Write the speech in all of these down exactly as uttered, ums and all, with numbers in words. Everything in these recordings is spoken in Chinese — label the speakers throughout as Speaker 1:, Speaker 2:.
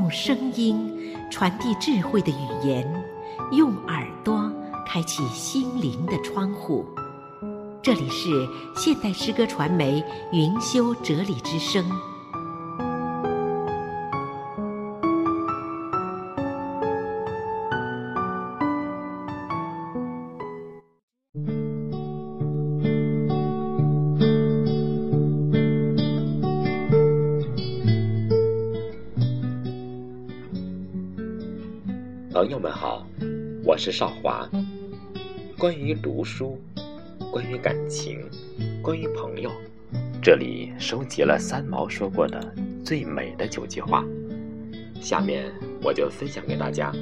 Speaker 1: 用声音传递智慧的语言，用耳朵开启心灵的窗户。这里是现代诗歌传媒云修哲理之声。
Speaker 2: 朋友们好，我是少华。关于读书，关于感情，关于朋友，这里收集了三毛说过的最美的九句话，下面我就分享给大家。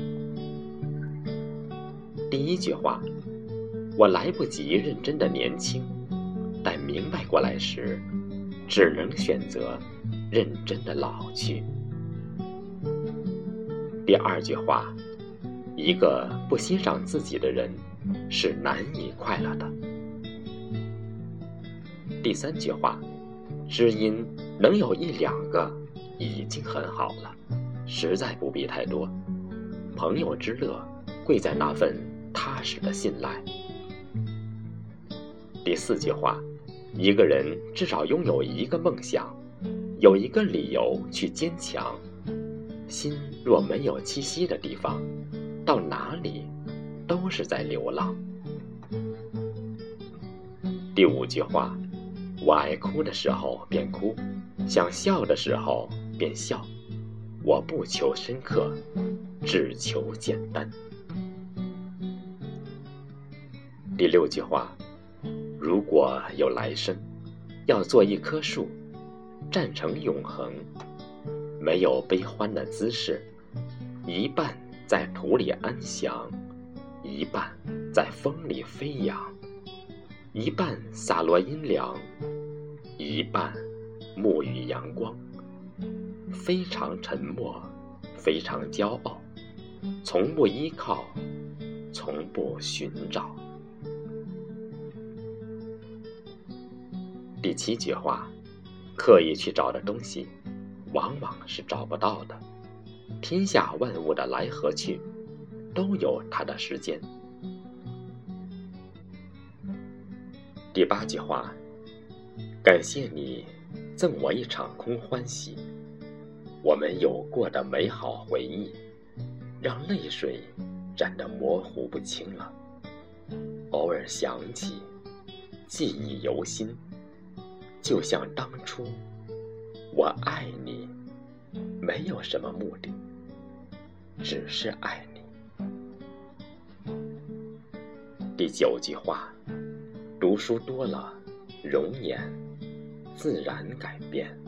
Speaker 2: 第一句话，我来不及认真的年轻，但明白过来时，只能选择认真的老去。第二句话，一个不欣赏自己的人是难以快乐的。第三句话，知音能有一两个已经很好了，实在不必太多。朋友之乐贵在那份踏实的信赖。第四句话，一个人至少拥有一个梦想，有一个理由去坚强。心若没有栖息的地方，到哪里都是在流浪。第五句话，我爱哭的时候便哭，想笑的时候便笑，我不求深刻，只求简单。第六句话，如果有来生，要做一棵树，站成永恒，没有悲欢的姿势，一半在土里安详，一半在风里飞扬，一半洒落阴凉，一半沐浴阳光，非常沉默，非常骄傲，从不依靠，从不寻找。第七句话，刻意去找的东西往往是找不到的，天下万物的来和去都有它的时间。第八句话，感谢你赠我一场空欢喜，我们有过的美好回忆让泪水染得模糊不清了，偶尔想起，记忆犹新，就像当初我爱你没有什么目的，只是爱你。第九句话，读书多了，容颜自然改变。